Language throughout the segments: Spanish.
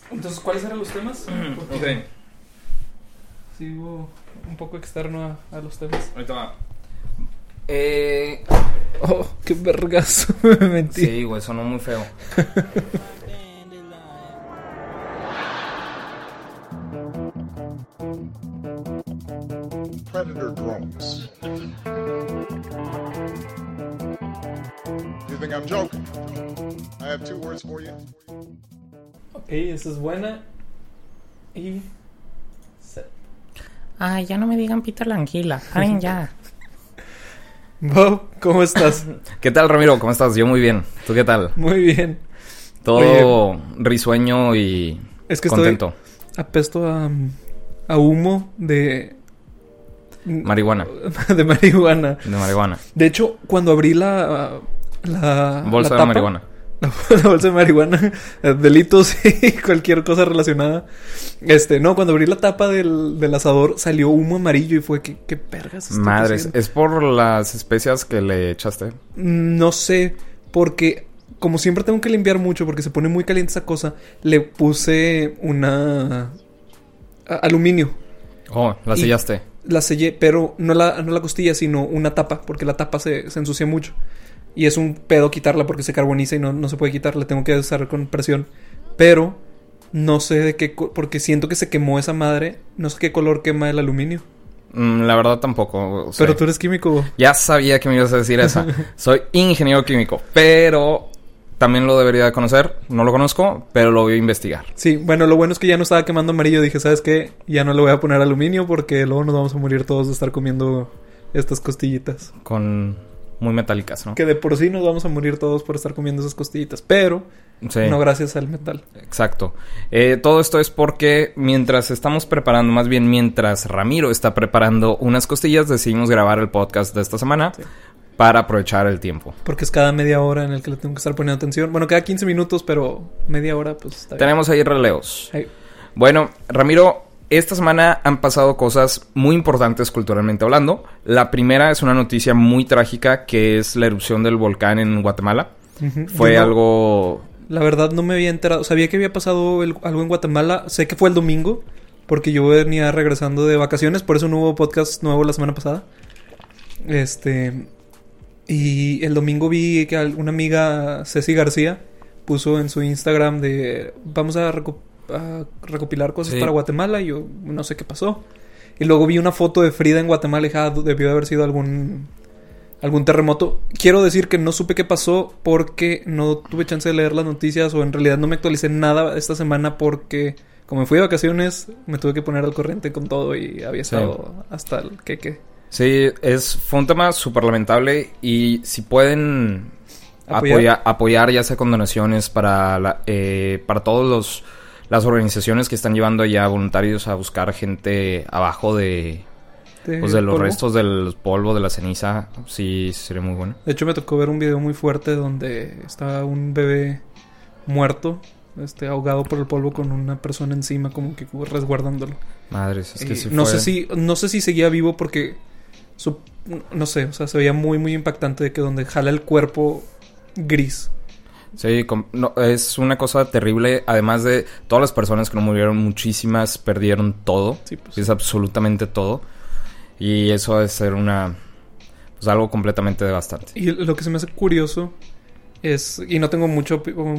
Entonces, ¿cuáles eran los temas? Porque Ok. sigo un poco externo a los temas. Ahorita va. Oh, qué vergazo. Me mentí. Sí, güey, sonó muy feo. Predator drones. You think I'm joking? I have two words for you. Ok, esa es buena. Y... set. Ay, ya no me digan Peter la anguila. Paren ya. Bob, ¿cómo estás? ¿Qué tal, Ramiro? ¿Cómo estás? Yo muy bien. ¿Tú qué tal? Muy bien. Todo risueño y Es que contento. estoy apesto a humo de Marihuana. de marihuana. De marihuana. De hecho, cuando abrí la Bolsa la de tapa, marihuana. la bolsa de marihuana, delitos y cualquier cosa relacionada. No, cuando abrí la tapa del asador salió humo amarillo y fue ¿qué pergas estoy Madres, haciendo? ¿es por las especias que le echaste? No sé, porque como siempre tengo que limpiar mucho porque se pone muy caliente esa cosa, le puse aluminio. Oh, la Y- sellaste. La sellé, pero no la costilla, sino una tapa, porque la tapa se ensucia mucho. Y es un pedo quitarla porque se carboniza y no se puede quitar, la tengo que usar con presión. Pero no sé de qué, porque siento que se quemó esa madre, no sé qué color quema el aluminio. La verdad tampoco. O sea, Pero tú eres químico. ya sabía que me ibas a decir esa. Soy ingeniero químico, pero también lo debería de conocer. No lo conozco, pero lo voy a investigar. Sí, bueno, lo bueno es que ya no estaba quemando amarillo. Dije, ¿sabes qué? Ya no le voy a poner aluminio porque luego nos vamos a morir todos de estar comiendo estas costillitas. Con muy metálicas, ¿no? Que de por sí nos vamos a morir todos por estar comiendo esas costillitas. Pero Sí. no gracias al metal. Exacto. Todo esto es porque mientras estamos preparando, más bien mientras Ramiro está preparando unas costillas, decidimos grabar el podcast de esta semana Sí. para aprovechar el tiempo. Porque es cada media hora en el que le tengo que estar poniendo atención. Bueno, cada 15 minutos, pero media hora, pues está bien. Tenemos ahí releos. Ahí. Bueno, Ramiro, esta semana han pasado cosas muy importantes culturalmente hablando. La primera es una noticia muy trágica, que es la erupción del volcán en Guatemala. Ujú. Fue Yo no- algo... La verdad no me había enterado. Sabía que había pasado algo en Guatemala. Sé que fue el domingo, porque yo venía regresando de vacaciones. Por eso no hubo podcast nuevo la semana pasada. Y el domingo vi que una amiga, Ceci García, puso en su Instagram de... Vamos a recopilar cosas Sí. para Guatemala. Y yo no sé qué pasó. Y luego vi una foto de Frida en Guatemala y dije, debió de haber sido algún terremoto. Quiero decir que no supe qué pasó porque no tuve chance de leer las noticias o en realidad no me actualicé nada esta semana porque como me fui de vacaciones me tuve que poner al corriente con todo y había estado hasta el queque. Sí, fue un tema súper lamentable y si pueden apoyar ya sea con donaciones para todos las organizaciones que están llevando ya voluntarios a buscar gente abajo de los polvo. restos del polvo, de la ceniza, sí sería muy bueno. De hecho me tocó ver un video muy fuerte donde estaba un bebé muerto, ahogado por el polvo con una persona encima como que resguardándolo. Madres, es que sí no fue... sé si seguía vivo porque no sé, o sea, se veía muy muy impactante de que donde jala el cuerpo gris. Sí, no, es una cosa terrible. Además de todas las personas que no murieron, muchísimas perdieron todo. Sí, pues. Es absolutamente todo. Y eso debe ser pues algo completamente devastante. Y lo que se me hace curioso es, y no tengo mucha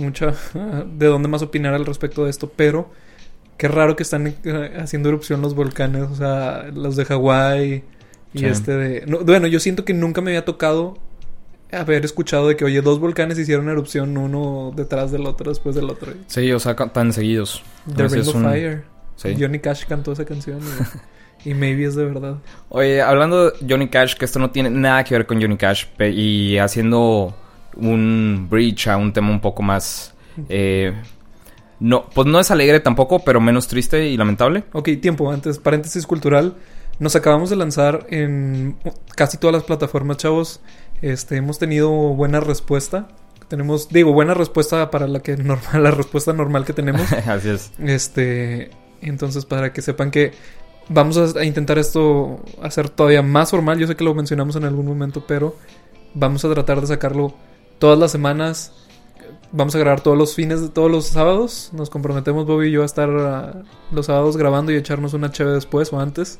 de dónde más opinar al respecto de esto, pero qué raro que están haciendo erupción los volcanes, o sea, los de Hawái y Sí. bueno, yo siento que nunca me había tocado haber escuchado de que, oye, dos volcanes hicieron erupción uno detrás del otro, después del otro. Sí, o sea, tan seguidos. The A veces Ring of Fire. Sí. Johnny Cash cantó esa canción y maybe es de verdad. Oye, hablando de Johnny Cash, que esto no tiene nada que ver con Johnny Cash, y haciendo un bridge a un tema un poco más... no, pues no es alegre tampoco, pero menos triste y lamentable. Ok, tiempo, antes, paréntesis cultural. Nos acabamos de lanzar en casi todas las plataformas, chavos. Hemos tenido buena respuesta. Buena respuesta para la respuesta normal que tenemos. Así es. Entonces, para que sepan que vamos a intentar esto hacer todavía más formal. Yo sé que lo mencionamos en algún momento, pero vamos a tratar de sacarlo todas las semanas. Vamos a grabar todos los sábados. Nos comprometemos Bobby y yo a estar los sábados grabando y echarnos una cheve después o antes.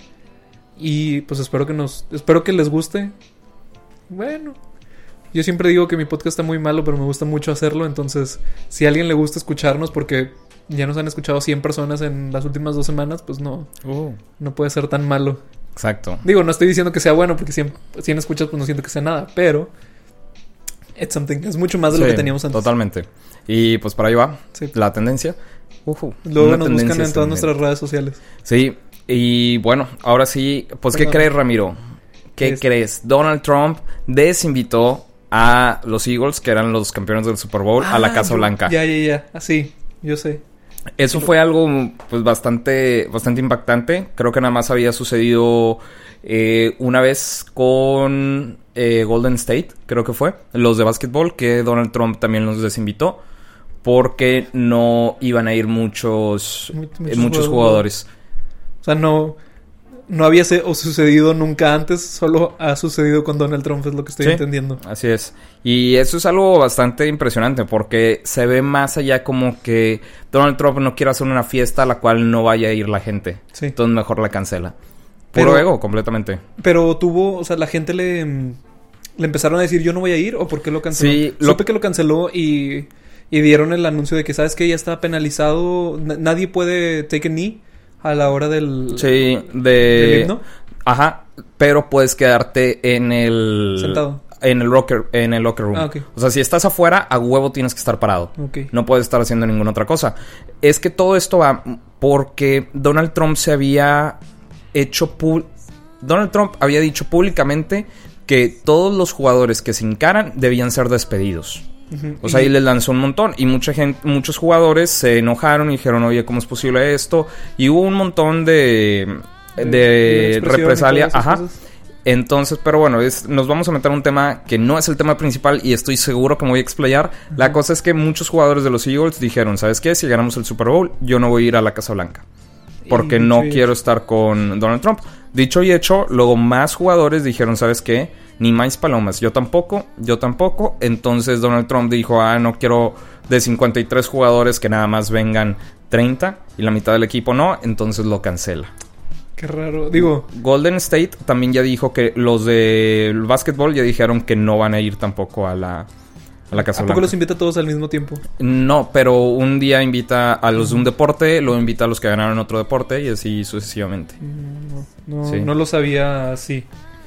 Y pues espero que les guste. Bueno, yo siempre digo que mi podcast está muy malo, pero me gusta mucho hacerlo. Entonces, si a alguien le gusta escucharnos, porque ya nos han escuchado 100 personas en las últimas 2 semanas, pues no puede ser tan malo. Exacto. Digo, no estoy diciendo que sea bueno, porque 100 escuchas, pues no siento que sea nada, pero it's something. Es mucho más de lo que teníamos antes. Totalmente. Y pues para ahí va la tendencia. Luego nos buscan en todas nuestras redes sociales. Sí. Y bueno, ahora sí, pues ¿qué crees, Ramiro? ¿Qué crees? Donald Trump desinvitó a los Eagles, que eran los campeones del Super Bowl, a la Casa Blanca. Ya. Así, yo sé. Eso fue algo pues bastante impactante. Creo que nada más había sucedido una vez con Golden State, creo que fue, los de básquetbol, que Donald Trump también los desinvitó porque no iban a ir muchos jugadores. O sea, no había sucedido nunca antes, solo ha sucedido con Donald Trump, es lo que estoy entendiendo. Así es. Y eso es algo bastante impresionante porque se ve más allá como que Donald Trump no quiere hacer una fiesta a la cual no vaya a ir la gente. Sí. Entonces mejor la cancela. Puro ego, completamente. Pero la gente le empezaron a decir yo no voy a ir, ¿o por qué lo canceló? Sí. Supe que lo canceló y dieron el anuncio de que, ¿sabes qué? Ya está penalizado, nadie puede take a knee a la hora del... Sí, del himno. Ajá, pero puedes quedarte en el... Sentado. En el locker room. Okay. O sea, si estás afuera, a huevo tienes que estar parado. Okay. No puedes estar haciendo ninguna otra cosa. Es que todo esto va porque Donald Trump se había hecho... Donald Trump había dicho públicamente que todos los jugadores que se hincaran debían ser despedidos. O sea, ahí les lanzó un montón. Y muchos jugadores se enojaron y dijeron, oye, ¿cómo es posible esto? Y hubo un montón de represalia. Ajá. Entonces, pero bueno, nos vamos a meter en un tema que no es el tema principal y estoy seguro que me voy a explayar. La cosa es que muchos jugadores de los Eagles dijeron, ¿sabes qué? Si ganamos el Super Bowl, yo no voy a ir a la Casa Blanca. Porque no quiero estar con Donald Trump. Dicho y hecho, luego más jugadores dijeron, ¿sabes qué? Ni más palomas. Yo tampoco. Entonces Donald Trump dijo, no quiero de 53 jugadores que nada más vengan 30 y la mitad del equipo no. Entonces lo cancela. Qué raro. Digo, Golden State también ya dijo que los del básquetbol ya dijeron que no van a ir tampoco a la Casa Blanca. ¿A poco los invita a todos al mismo tiempo? No, pero un día invita a los de un deporte, luego invita a los que ganaron otro deporte y así sucesivamente. No lo sabía así.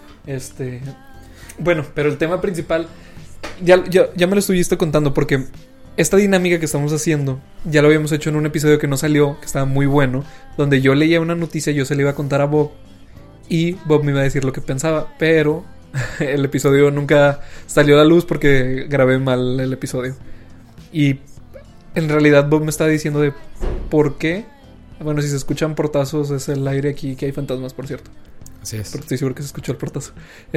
Bueno, pero el tema principal ya me lo estuviste contando porque esta dinámica que estamos haciendo ya lo habíamos hecho en un episodio que no salió, que estaba muy bueno, donde yo leía una noticia, yo se la iba a contar a Bob y Bob me iba a decir lo que pensaba, pero el episodio nunca salió a la luz porque grabé mal el episodio. Y en realidad Bob me estaba diciendo de por qué. Bueno, si se escuchan portazos es el aire aquí, que hay fantasmas, por cierto. Así es. Porque estoy seguro que se escuchó el portazo.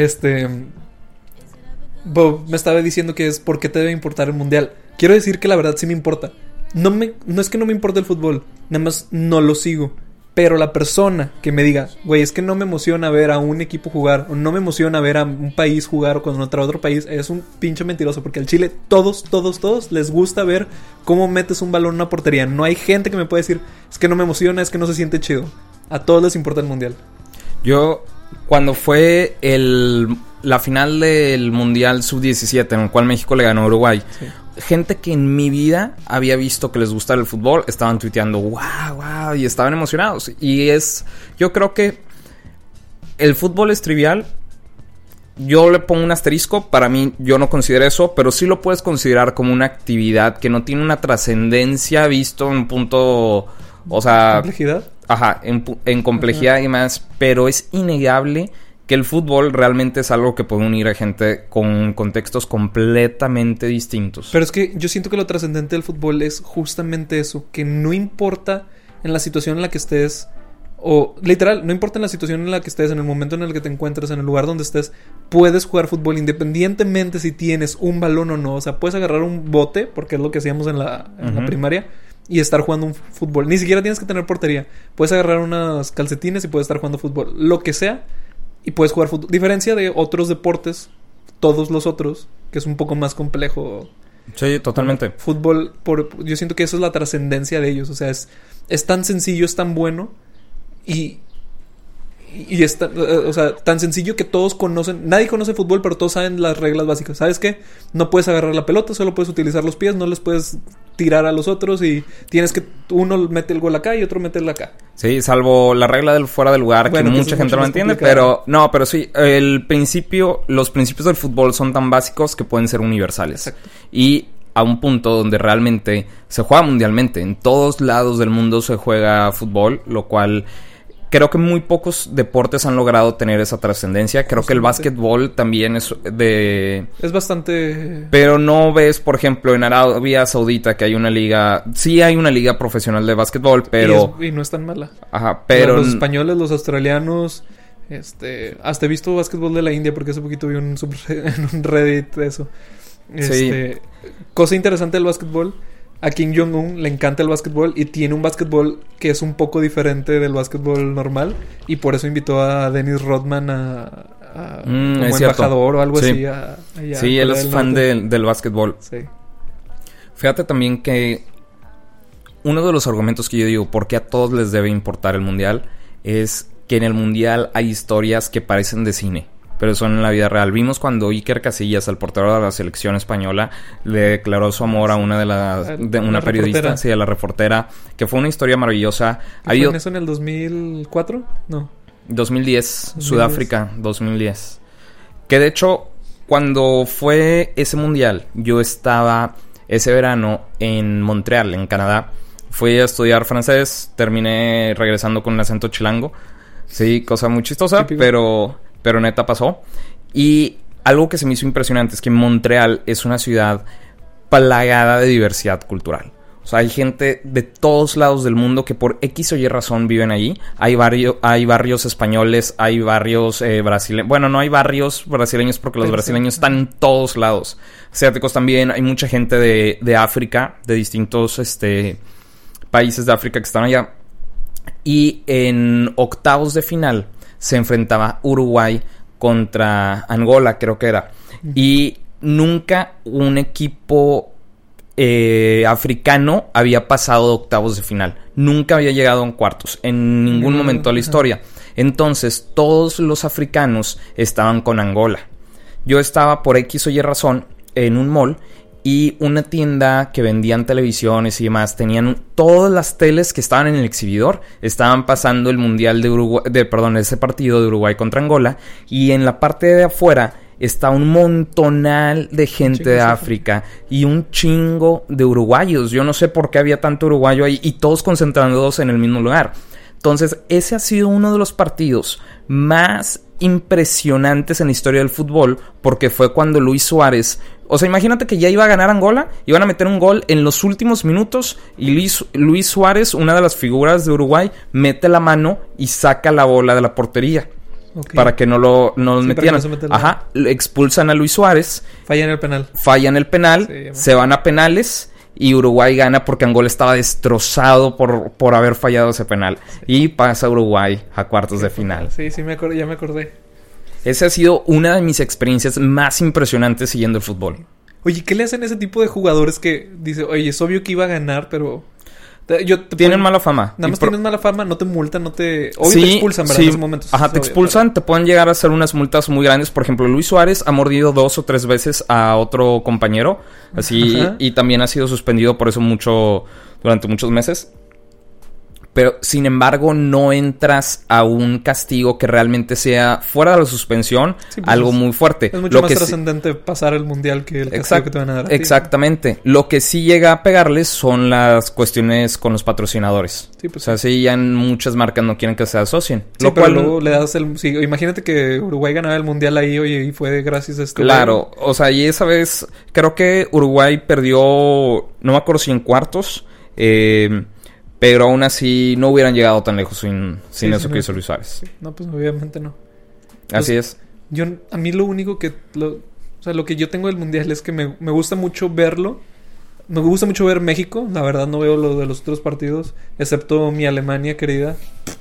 Bob me estaba diciendo que es por qué te debe importar el mundial. Quiero decir que la verdad sí me importa. No es que no me importe el fútbol, nada más no lo sigo. Pero la persona que me diga, güey, es que no me emociona ver a un equipo jugar, o no me emociona ver a un país jugar contra otro país, es un pinche mentiroso. Porque al Chile, todos les gusta ver cómo metes un balón en una portería. No hay gente que me pueda decir, es que no me emociona, es que no se siente chido. A todos les importa el mundial. Yo, cuando fue la final del Mundial Sub-17, en el cual México le ganó a Uruguay, sí, gente que en mi vida había visto que les gustara el fútbol estaban tuiteando wow, y estaban emocionados. Y yo creo que el fútbol es trivial. Yo le pongo un asterisco. Para mí, yo no considero eso, pero sí lo puedes considerar como una actividad que no tiene una trascendencia visto en un punto, o sea, ¿complejidad? Ajá, en complejidad. Ajá. Y más, pero es innegable que el fútbol realmente es algo que puede unir a gente con contextos completamente distintos. Pero es que yo siento que lo trascendente del fútbol es justamente eso, que no importa en la situación en la que estés, o literal, no importa en la situación en la que estés, en el momento en el que te encuentres, en el lugar donde estés, puedes jugar fútbol independientemente si tienes un balón o no. O sea, puedes agarrar un bote, porque es lo que hacíamos en la primaria, y estar jugando un fútbol. Ni siquiera tienes que tener portería. Puedes agarrar unas calcetines y puedes estar jugando fútbol. Lo que sea. Y puedes jugar fútbol. Diferencia de otros deportes, todos los otros, que es un poco más complejo Sí, totalmente. Fútbol, yo siento que eso es la trascendencia de ellos. O sea, es tan sencillo, es tan bueno y es tan, o sea, tan sencillo que todos conocen. Nadie conoce fútbol, pero todos saben las reglas básicas. ¿Sabes qué? No puedes agarrar la pelota, solo puedes utilizar los pies, no les puedes tirar a los otros y tienes que... Uno mete el gol acá y otro mete el acá. Sí, salvo la regla del fuera de lugar, bueno, que mucha gente no entiende, pero... No, pero sí, los principios del fútbol son tan básicos que pueden ser universales. Exacto. Y a un punto donde realmente se juega mundialmente. En todos lados del mundo se juega fútbol, lo cual... Creo que muy pocos deportes han logrado tener esa trascendencia. Creo que el básquetbol también es bastante... Pero no ves, por ejemplo, en Arabia Saudita que hay una liga... Sí hay una liga profesional de básquetbol, pero... Y no es tan mala. Ajá, pero... Los españoles, los australianos... hasta he visto básquetbol de la India porque hace poquito vi en un Reddit de eso. Sí. Cosa interesante del básquetbol... A Kim Jong-un le encanta el básquetbol y tiene un básquetbol que es un poco diferente del básquetbol normal y por eso invitó a Dennis Rodman como embajador o algo así. Sí, él es fan del básquetbol. Sí. Fíjate también que uno de los argumentos que yo digo por qué a todos les debe importar el mundial es que en el mundial hay historias que parecen de cine, pero son en la vida real. Vimos cuando Iker Casillas, el portero de la selección española, le declaró su amor a una una periodista, reportera. Sí, a la reportera, que fue una historia maravillosa. ¿Fue en eso en el 2004? No. 2010, Sudáfrica, 2010. Que de hecho, cuando fue ese mundial, yo estaba ese verano en Montreal, en Canadá. Fui a estudiar francés, terminé regresando con un acento chilango. Sí, cosa muy chistosa, pero neta pasó. Y algo que se me hizo impresionante es que Montreal es una ciudad plagada de diversidad cultural. O sea, hay gente de todos lados del mundo que por X o Y razón viven allí. Hay barrios españoles, hay barrios brasileños. Bueno, no hay barrios brasileños porque los brasileños están en todos lados. Asiáticos también. Hay mucha gente de África, de distintos países de África que están allá. Y en octavos de final se enfrentaba Uruguay contra Angola, creo que era. Y nunca un equipo africano había pasado de octavos de final. Nunca había llegado a cuartos en ningún momento de la historia. Entonces, todos los africanos estaban con Angola. Yo estaba por X o Y razón en un mall y una tienda que vendían televisiones y demás, tenían todas las teles que estaban en el exhibidor, estaban pasando el mundial de Uruguay, ese partido de Uruguay contra Angola, y en la parte de afuera está un montonal de gente de África y un chingo de uruguayos. Yo no sé por qué había tanto uruguayo ahí y todos concentrados en el mismo lugar. Entonces, ese ha sido uno de los partidos más impresionantes en la historia del fútbol, porque fue cuando Luis Suárez... O sea, imagínate que ya iba a ganar Angola, iban a meter un gol en los últimos minutos y Luis Suárez, una de las figuras de Uruguay, mete la mano y saca la bola de la portería. Okay. Para que no los metieran. Ajá, expulsan a Luis Suárez. Fallan el penal. Sí, se van a penales y Uruguay gana porque Angola estaba destrozado por haber fallado ese penal. Sí. Y pasa Uruguay a cuartos de final. Sí, ya me acordé. Esa ha sido una de mis experiencias más impresionantes siguiendo el fútbol. Oye, ¿qué le hacen a ese tipo de jugadores que dice, oye, es obvio que iba a ganar, pero... Tienen mala fama. Nada más tienes mala fama, no te multan, te expulsan, ¿verdad? Sí. En esos momentos. Ajá, te expulsan, te pueden llegar a hacer unas multas muy grandes. Por ejemplo, Luis Suárez ha mordido 2 o 3 veces a otro compañero. Así, y también ha sido suspendido por eso durante muchos meses. Pero, sin embargo, no entras a un castigo que realmente sea fuera de la suspensión, sí, pues algo muy fuerte. Es mucho más trascendente pasar el mundial que el castigo que te van a dar. Exactamente. Lo que sí llega a pegarles son las cuestiones con los patrocinadores. Sí, pues, o sea, sí, ya muchas marcas no quieren que se asocien. Sí, pero luego le das imagínate que Uruguay ganaba el mundial ahí, oye, y fue gracias a esto. Claro. O sea, y esa vez creo que Uruguay perdió, no me acuerdo si en cuartos, pero aún así no hubieran llegado tan lejos sin eso que hizo Luis Suárez. Sí. No, pues obviamente no. Así es. A mí lo único que... lo que yo tengo del mundial es que me gusta mucho verlo. Me gusta mucho ver México. La verdad no veo lo de los otros partidos. Excepto mi Alemania querida.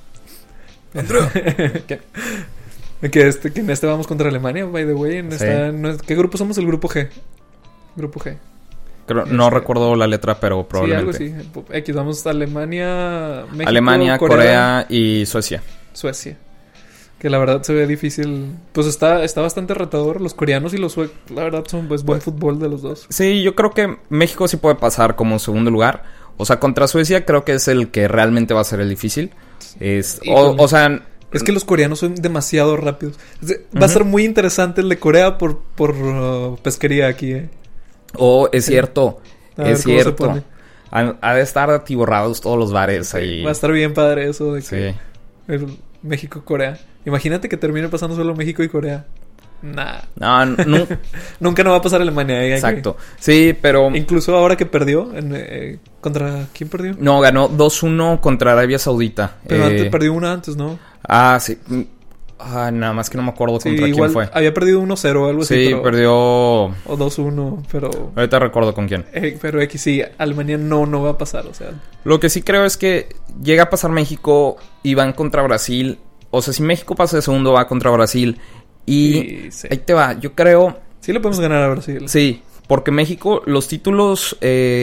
que en este vamos contra Alemania, by the way. ¿Qué grupo somos? El grupo G. Grupo G. No recuerdo la letra, pero probablemente. Sí, algo así. Vamos a Alemania, México, Alemania, Corea y Suecia. Que la verdad se ve difícil. Pues está bastante retador. Los coreanos y los suecos, la verdad, son pues buen fútbol de los dos. Sí, yo creo que México sí puede pasar como segundo lugar. O sea, contra Suecia creo que es el que realmente va a ser el difícil. O sea... Es que los coreanos son demasiado rápidos. Va a ser muy interesante el de Corea por pesquería aquí, es cierto. Es cierto. Ha de estar atiborrados todos los bares ahí. Va a estar bien padre eso de que... Sí. México-Corea. Imagínate que termine pasando solo México y Corea. Nah. No. Nunca no va a pasar Alemania. Exacto. Sí, pero... Incluso ahora que perdió. ¿Contra quién perdió? No, ganó 2-1 contra Arabia Saudita. Pero antes perdió una antes, ¿no? Ah, sí. Nada más que no me acuerdo contra quién fue. Había perdido 1-0 o algo así. Sí, perdió... O 2-1, pero... Ahorita recuerdo con quién. Pero sí, Alemania no va a pasar, o sea... Lo que sí creo es que llega a pasar México y van contra Brasil. O sea, si México pasa de segundo, va contra Brasil. Y sí. Ahí te va, yo creo... Sí le podemos ganar a Brasil. Sí, porque México, los títulos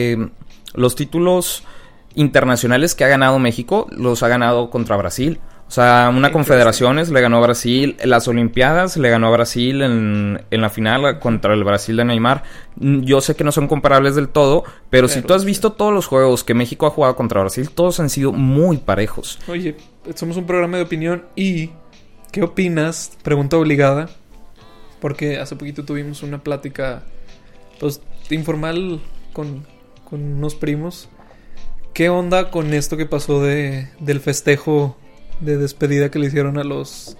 internacionales que ha ganado México, los ha ganado contra Brasil. O sea, una Confederaciones le ganó a Brasil. Las Olimpiadas le ganó a Brasil en la final contra el Brasil de Neymar. Yo sé que no son comparables del todo, pero si tú has visto todos los juegos que México ha jugado contra Brasil, todos han sido muy parejos. Oye, somos un programa de opinión y... ¿Qué opinas? Pregunta obligada. Porque hace poquito tuvimos una plática pues informal con unos primos. ¿Qué onda con esto que pasó del festejo de despedida que le hicieron a los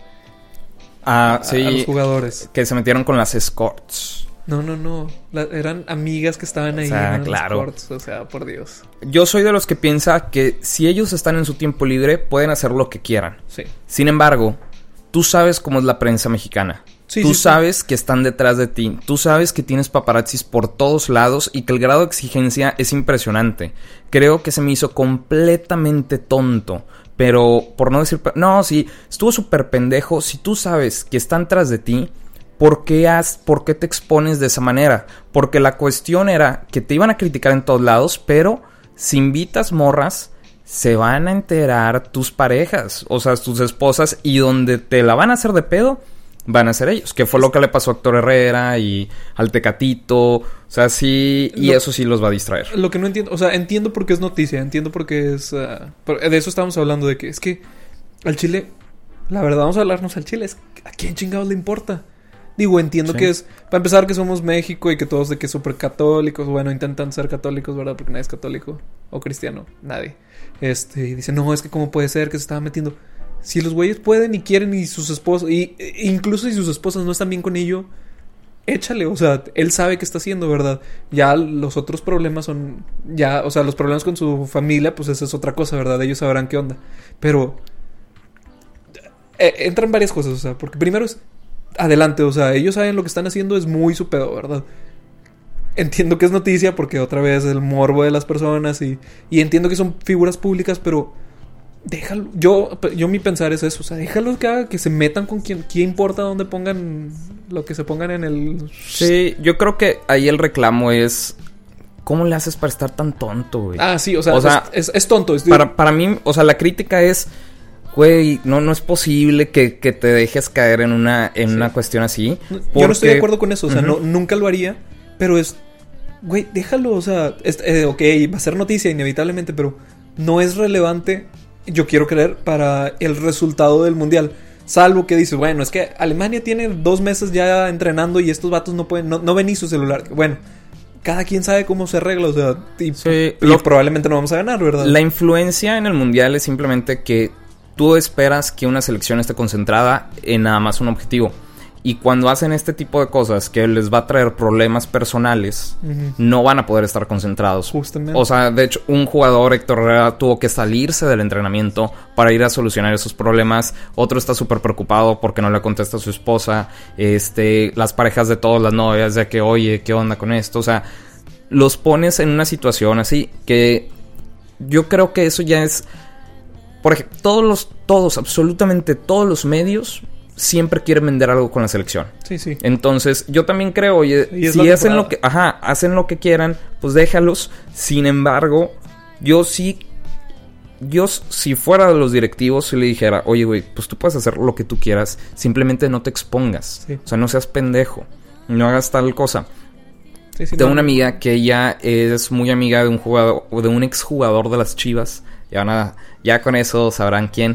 a los jugadores? Que se metieron con las escorts. No. Eran amigas que estaban ahí. O sea, claro. Escorts, o sea, por Dios. Yo soy de los que piensa que si ellos están en su tiempo libre, pueden hacer lo que quieran. Sí. Sin embargo, tú sabes cómo es la prensa mexicana. Tú sabes que están detrás de ti. Tú sabes que tienes paparazzis por todos lados y que el grado de exigencia es impresionante. Creo que se me hizo completamente tonto. Pero, por no decir... No, sí, estuvo súper pendejo. Si tú sabes que están tras de ti, ¿por qué te expones de esa manera? Porque la cuestión era que te iban a criticar en todos lados, pero si invitas morras... se van a enterar tus parejas, o sea, tus esposas, y donde te la van a hacer de pedo, van a ser ellos. Que fue lo que le pasó a Héctor Herrera y al Tecatito. O sea, sí, y eso sí los va a distraer. Lo que no entiendo, o sea, entiendo por qué es noticia, entiendo por qué es... de eso estábamos hablando, de que es que al Chile, la verdad, vamos a hablarnos al Chile, ¿a quién chingados le importa? Digo, entiendo que es... Para empezar, que somos México y que todos de que súper católicos, bueno, intentan ser católicos, ¿verdad? Porque nadie es católico o cristiano, nadie. Y dicen, no, es que cómo puede ser que se estaba metiendo... Si los güeyes pueden y quieren y sus esposas... incluso si sus esposas no están bien con ello... Échale, o sea, él sabe qué está haciendo, ¿verdad? Ya los otros problemas son... Ya, o sea, los problemas con su familia, pues esa es otra cosa, ¿verdad? Ellos sabrán qué onda. Pero... entran varias cosas, o sea, porque primero es... Adelante, o sea, ellos saben lo que están haciendo, es muy su pedo, ¿verdad? Entiendo que es noticia porque otra vez el morbo de las personas y entiendo que son figuras públicas, pero... Déjalo, yo mi pensar es eso, o sea, déjalos que se metan con quien importa dónde pongan lo que se pongan en el... Sí, yo creo que ahí el reclamo es ¿cómo le haces para estar tan tonto, güey? Ah, sí, o sea es tonto. Para mí, o sea, la crítica es, güey, no es posible que te dejes caer en una cuestión así. Porque... Yo no estoy de acuerdo con eso, o sea, nunca lo haría, pero es, güey, déjalo, o sea, ok, va a ser noticia inevitablemente, pero no es relevante. Yo quiero creer para el resultado del mundial. Salvo que dices, bueno, es que Alemania tiene 2 meses ya entrenando y estos vatos no pueden, no ven ni su celular. Bueno, cada quien sabe cómo se arregla, o sea, y probablemente no vamos a ganar, ¿verdad? La influencia en el mundial es simplemente que tú esperas que una selección esté concentrada en nada más un objetivo. Y cuando hacen este tipo de cosas que les va a traer problemas personales, no van a poder estar concentrados. Justamente. O sea, de hecho, un jugador, Héctor Herrera, tuvo que salirse del entrenamiento para ir a solucionar esos problemas. Otro está súper preocupado porque no le contesta a su esposa. Las parejas de todas las novias, de que, oye, ¿qué onda con esto? O sea, los pones en una situación así que yo creo que eso ya es... Por ejemplo, absolutamente todos los medios siempre quieren vender algo con la selección. Sí, sí. Entonces, yo también creo, oye, si hacen lo que... hacen lo que quieran, pues déjalos. Sin embargo, si fuera de los directivos, si le dijera, oye, güey, pues tú puedes hacer lo que tú quieras, simplemente no te expongas. Sí. O sea, no seas pendejo. No hagas tal cosa. Sí, tengo una amiga que ella es muy amiga de un exjugador de las Chivas. Ya con eso sabrán quién.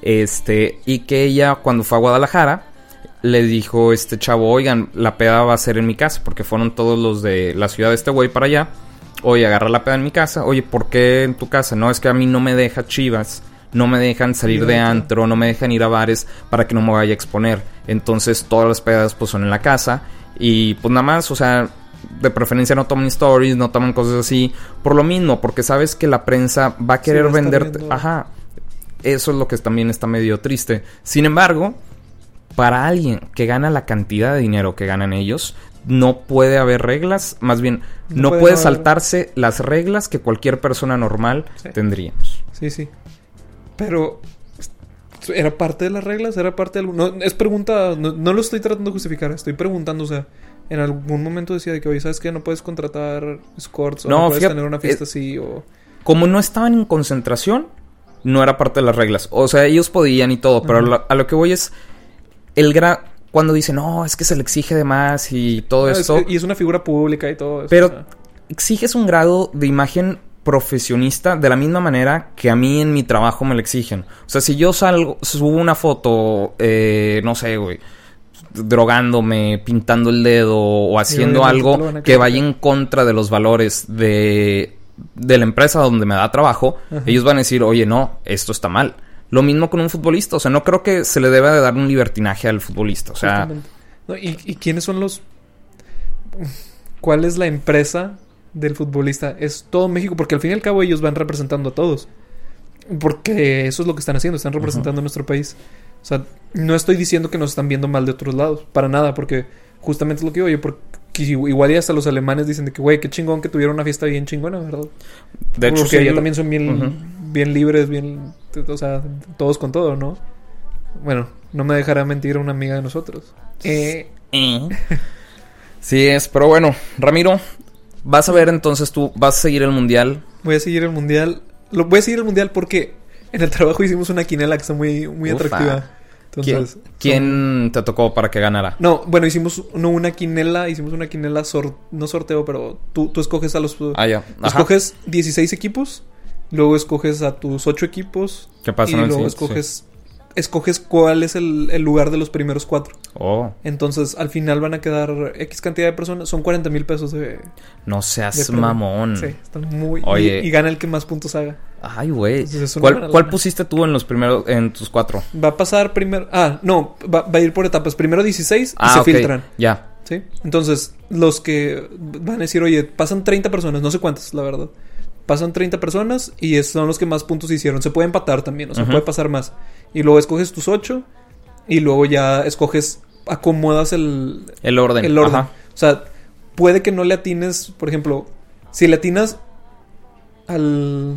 Y que ella, cuando fue a Guadalajara, le dijo este chavo, oigan, la peda va a ser en mi casa, porque fueron todos los de la ciudad de este güey para allá. Oye, agarra la peda en mi casa. Oye, ¿por qué en tu casa? No, es que a mí no me deja Chivas, no me dejan salir de antro, no me dejan ir a bares para que no me vaya a exponer. Entonces todas las pedas pues son en la casa. Y pues nada más, o sea, de preferencia no toman stories, no toman cosas así. Por lo mismo, porque sabes que la prensa va a querer venderte. Eso es lo que también está medio triste. Sin embargo, para alguien que gana la cantidad de dinero que ganan ellos, no puede haber reglas. Más bien, no puede saltarse las reglas que cualquier persona normal tendríamos. Sí, sí. Pero... ¿era parte de las reglas? ¿Era parte de algo? No, es pregunta... No lo estoy tratando de justificar. Estoy preguntando, o sea... En algún momento decía de que, oye, ¿sabes qué? No puedes contratar escorts. O no puedes tener una fiesta así, o... Como no estaban en concentración, no era parte de las reglas. O sea, ellos podían y todo. Pero a lo que voy es... Cuando dicen, no, es que se le exige de más y todo esto... Y es una figura pública y todo eso. Pero exiges un grado de imagen profesionista de la misma manera que a mí en mi trabajo me lo exigen. O sea, si yo subo una foto, no sé, güey, drogándome, pintando el dedo o haciendo algo que vaya en contra de los valores de la empresa donde me da trabajo, ellos van a decir, oye, no, esto está mal. Lo mismo con un futbolista. O sea, no creo que se le deba de dar un libertinaje al futbolista. O sea... No, ¿y quiénes son los...? ¿Cuál es la empresa del futbolista? Es todo México, porque al fin y al cabo ellos van representando a todos. Porque eso es lo que están haciendo, están representando a nuestro país. O sea, no estoy diciendo que nos están viendo mal de otros lados, para nada, porque justamente es lo que digo, oye, porque igual ya hasta los alemanes dicen de que, güey, qué chingón que tuvieron una fiesta bien chingona, ¿verdad? De hecho, porque allá también son bien libres, bien, o sea, todos con todo, ¿no? Bueno, no me dejará mentir una amiga de nosotros. Sí es, pero bueno, Ramiro, vas a ver entonces tú, vas a seguir el mundial. Voy a seguir el mundial. Voy a seguir el mundial porque en el trabajo hicimos una quinela que está muy atractiva. Entonces, ¿Quién te tocó para que ganara? No, bueno, hicimos una quinela, no sorteo, pero tú escoges a los... Escoges 16 equipos, luego escoges a tus 8 equipos. ¿Qué pasa? Y luego escoges cuál es el lugar de los primeros 4. Oh. Entonces, al final van a quedar X cantidad de personas. Son 40,000 pesos de... No seas mamón. Sí, están muy... Oye. Y gana el que más puntos haga. Ay, güey. ¿Cuál pusiste tú en los primeros... en tus 4? Va a pasar primero... no. Va a ir por etapas. Primero 16 y se filtran. Ya. ¿Sí? Entonces, los que van a decir, oye, pasan 30 personas. No sé cuántas, la verdad. Pasan 30 personas y son los que más puntos hicieron. Se puede empatar también. O sea, puede pasar más. Y luego escoges tus 8... Y luego ya escoges, acomodas el orden. O sea, puede que no le atines, por ejemplo, si le atinas al...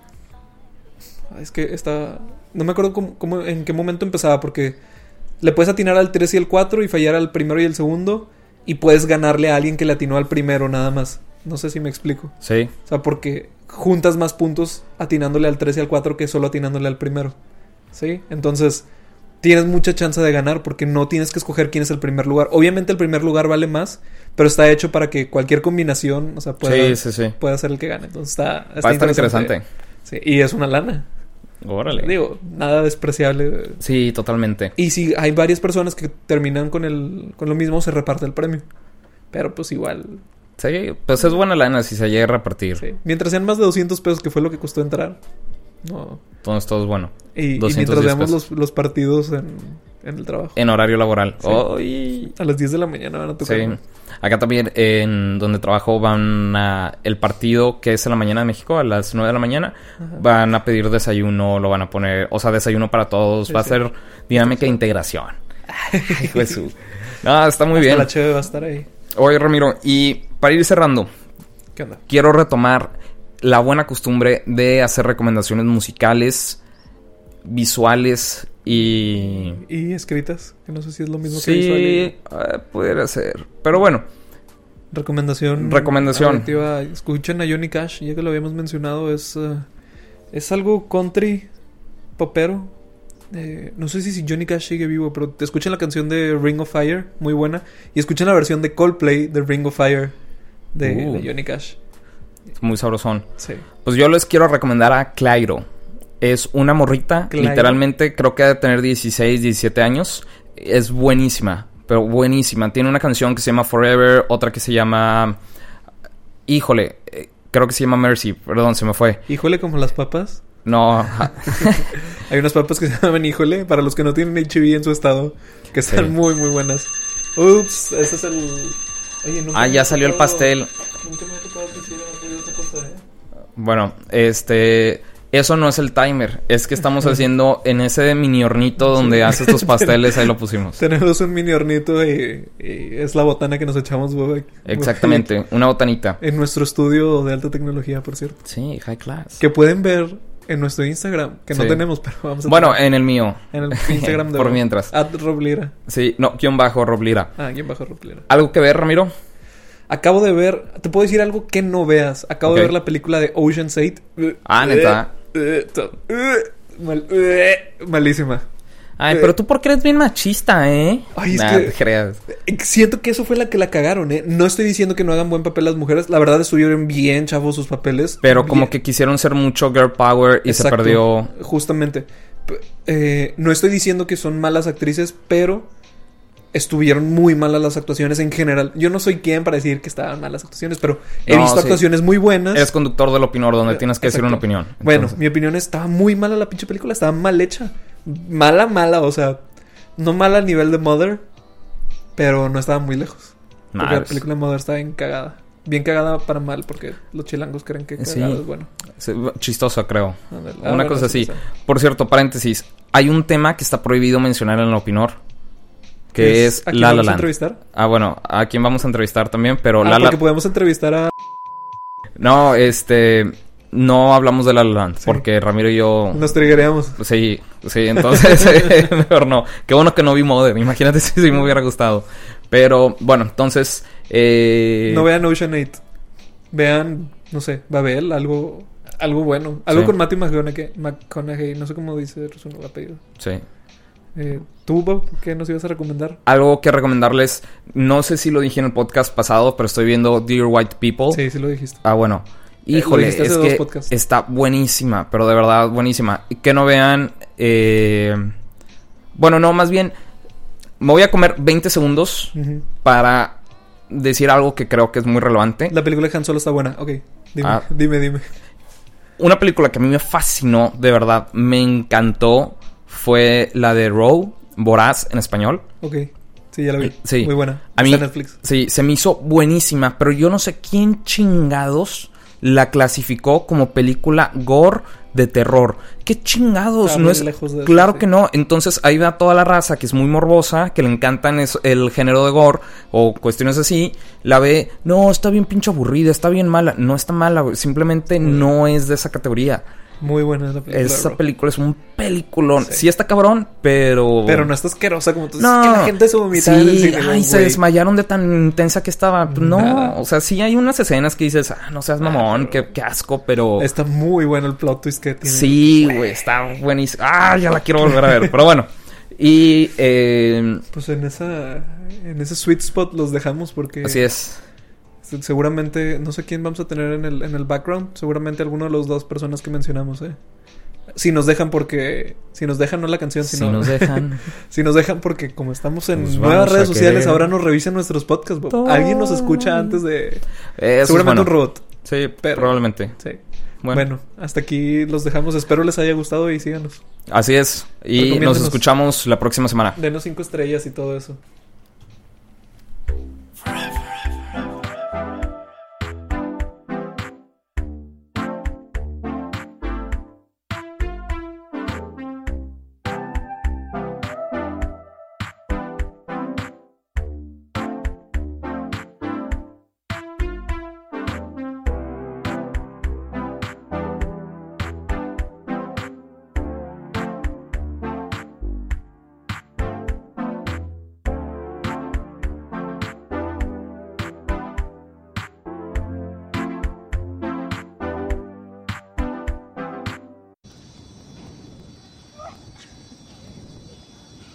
Es que está... No me acuerdo en qué momento empezaba, porque le puedes atinar al 3 y el 4 y fallar al primero y el segundo, y puedes ganarle a alguien que le atinó al primero nada más. No sé si me explico. Sí. O sea, porque juntas más puntos atinándole al 3 y al 4 que solo atinándole al primero. ¿Sí? Entonces... tienes mucha chance de ganar porque no tienes que escoger quién es el primer lugar. Obviamente el primer lugar vale más, pero está hecho para que cualquier combinación, o sea, pueda ser el que gane. Entonces está va a estar interesante. Sí, y es una lana. Órale. Digo, nada despreciable. Sí, totalmente. Y si hay varias personas que terminan con lo mismo, se reparte el premio. Pero pues igual... Sí, pues es buena lana si se llega a repartir. Sí. Mientras sean más de 200 pesos, que fue lo que costó entrar... No. Entonces todo es bueno. Y mientras veamos los partidos en el trabajo. En horario laboral. Sí. A las 10 de la mañana van a tocar. Sí. Acá también en donde trabajo van a... El partido que es en la mañana de México, a las 9 de la mañana, van a pedir desayuno, lo van a poner... O sea, desayuno para todos. Va a ser dinámica de integración. Ay, Jesús. No, está muy bien. La cheve va a estar ahí. Oye, Ramiro, y para ir cerrando... ¿Qué onda? Quiero retomar... la buena costumbre de hacer recomendaciones musicales, visuales Y escritas, que no sé si es lo mismo que sí, visual. pudiera ser. Pero bueno. Recomendación. Escuchen a Johnny Cash, ya que lo habíamos mencionado. Es algo country popero. No sé si Johnny Cash sigue vivo, pero te escuchen la canción de Ring of Fire, muy buena. Y escuchen la versión de Coldplay de Ring of Fire de Johnny Cash. Muy sabrosón. Sí. Pues yo les quiero recomendar a Clairo. Es una morrita, literalmente creo que ha de tener 16, 17 años. Es buenísima, pero buenísima. Tiene una canción que se llama Forever, otra que se llama... Híjole, creo que se llama Mercy. Perdón, se me fue. Híjole, como las papas. No. Hay unas papas que se llaman Híjole, para los que no tienen HIV en su estado, que están muy, muy buenas. Ups, ese es el... Oye, ya salió el pastel. Nunca me ha tocado que hiciera esta cosa, Bueno, eso no es el timer. Es que estamos haciendo en ese mini hornito donde haces tus pasteles. Ahí lo pusimos. Tenemos un mini hornito y es la botana que nos echamos, Bobek. Exactamente, una botanita. En nuestro estudio de alta tecnología, por cierto. Sí, high class. Que pueden ver en nuestro Instagram, que no tenemos, pero vamos a tener. En el mío. En el Instagram de por mientras. @Roblira. Sí, no, _Roblira. _Roblira. ¿Algo que ver, Ramiro? Acabo de ver... Te puedo decir algo que no veas. Acabo de ver la película de Ocean's 8. Neta. Malísima. Ay, pero tú porque eres bien machista, ¿eh? Ay, es que... creas. Siento que eso fue la que la cagaron, ¿eh? No estoy diciendo que no hagan buen papel las mujeres. La verdad estuvieron bien chavos sus papeles. Pero bien. Como que quisieron ser mucho girl power y se perdió... Justamente. No estoy diciendo que son malas actrices, pero... estuvieron muy malas las actuaciones en general. Yo no soy quien para decir que estaban malas actuaciones, pero he visto actuaciones muy buenas. Eres conductor del Opinor, donde tienes que decir una opinión. Entonces... Bueno, mi opinión estaba muy mala la pinche película. Estaba mal hecha. Mala, o sea... No mala a nivel de Mother, pero no estaba muy lejos. Porque la película de Mother estaba bien cagada. Bien cagada para mal, porque los chilangos creen que cagada es bueno. Chistoso, creo. Una cosa así. Por cierto, paréntesis. Hay un tema que está prohibido mencionar en el Opinor. Que es ¿A quién La La vamos Land. a entrevistar? Bueno, a quién vamos a entrevistar también, pero porque podemos entrevistar a... No, no hablamos de La La Land, porque Ramiro y yo... Nos triggeríamos. Sí, entonces mejor no. Qué bueno que no vi Mother, imagínate si me hubiera gustado. Pero, bueno, entonces... No vean Ocean 8. Vean, no sé, Babel, algo bueno. Algo con Matthew McConaughey, no sé cómo dice su apellido. Sí. ¿Tú, Bob, qué nos ibas a recomendar? Algo que recomendarles, no sé si lo dije en el podcast pasado, pero estoy viendo Dear White People. Sí lo dijiste. Bueno. Híjole, es que está buenísima, pero de verdad buenísima. Que no vean... Bueno, no, más bien... Me voy a comer 20 segundos para decir algo que creo que es muy relevante. La película de Han Solo está buena. Ok, dime. Una película que a mí me fascinó, de verdad, me encantó... fue la de Row, Voraz en español. Ok. Sí, ya la vi. Sí. Muy buena. A mí, está en Netflix. Sí, se me hizo buenísima, pero yo no sé quién chingados la clasificó como película gore de terror. ¿Qué chingados? Está no es lejos de claro eso, que no. Entonces ahí va toda la raza que es muy morbosa, que le encantan el género de gore o cuestiones así. La ve, no, está bien pinche aburrida, está bien mala. No está mala, güey. Simplemente no es de esa categoría. Muy buena la película. Esa película es un peliculón. Sí está cabrón, pero no está asquerosa como tú. No, es que la gente se vomitaba en el cine. Ay, se desmayaron de tan intensa que estaba. No, o sea, sí hay unas escenas que dices, no seas mamón, qué asco, pero... Está muy bueno el plot twist que tiene. Sí, güey, está buenísimo. Ya la quiero volver a ver, pero bueno. Y... pues en ese sweet spot los dejamos porque... Así es. Seguramente, no sé quién vamos a tener en el background. Seguramente alguno de las dos personas que mencionamos, Si nos dejan no la canción, si nos dejan. Si nos dejan porque como estamos en nuevas redes sociales, ahora nos revisan nuestros podcasts, Bob. Alguien nos escucha antes de... seguramente un robot. Sí, probablemente. Sí. Bueno, hasta aquí los dejamos. Espero les haya gustado y síganos. Así es. Y nos escuchamos la próxima semana. Denos 5 estrellas y todo eso.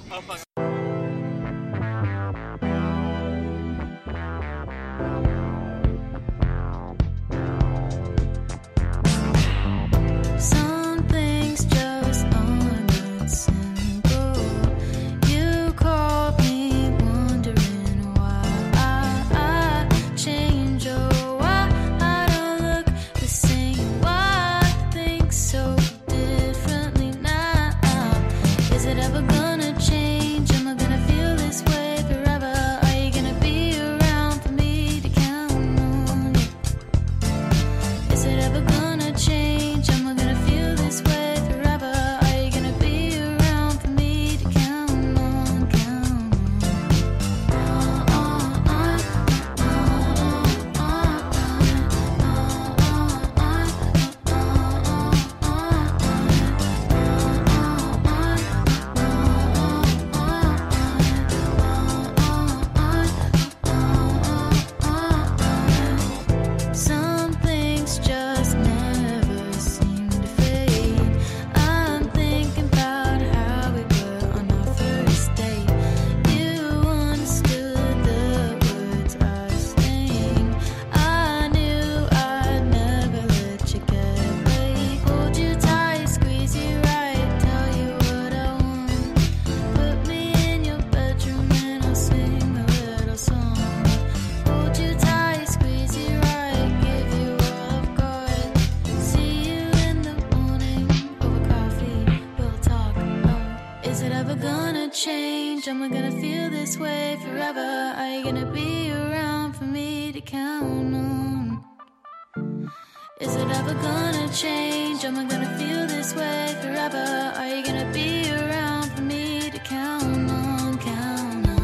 Am I gonna feel this way forever? Are you gonna be around for me to count on? Is it ever gonna change? Am I gonna feel this way forever? Are you gonna be around for me to count on? Count on.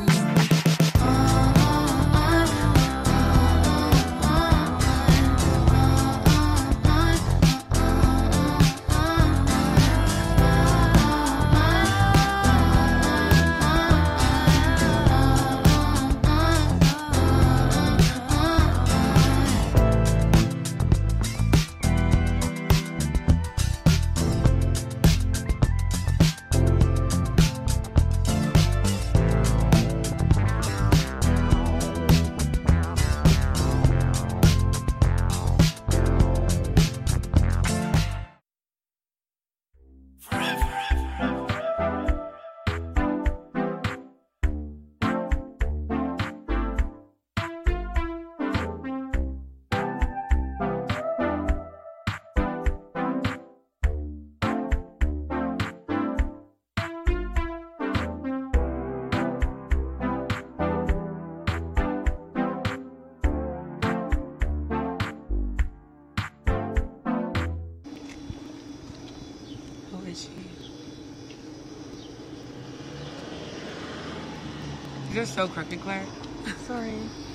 You're so crooked, Claire. Sorry.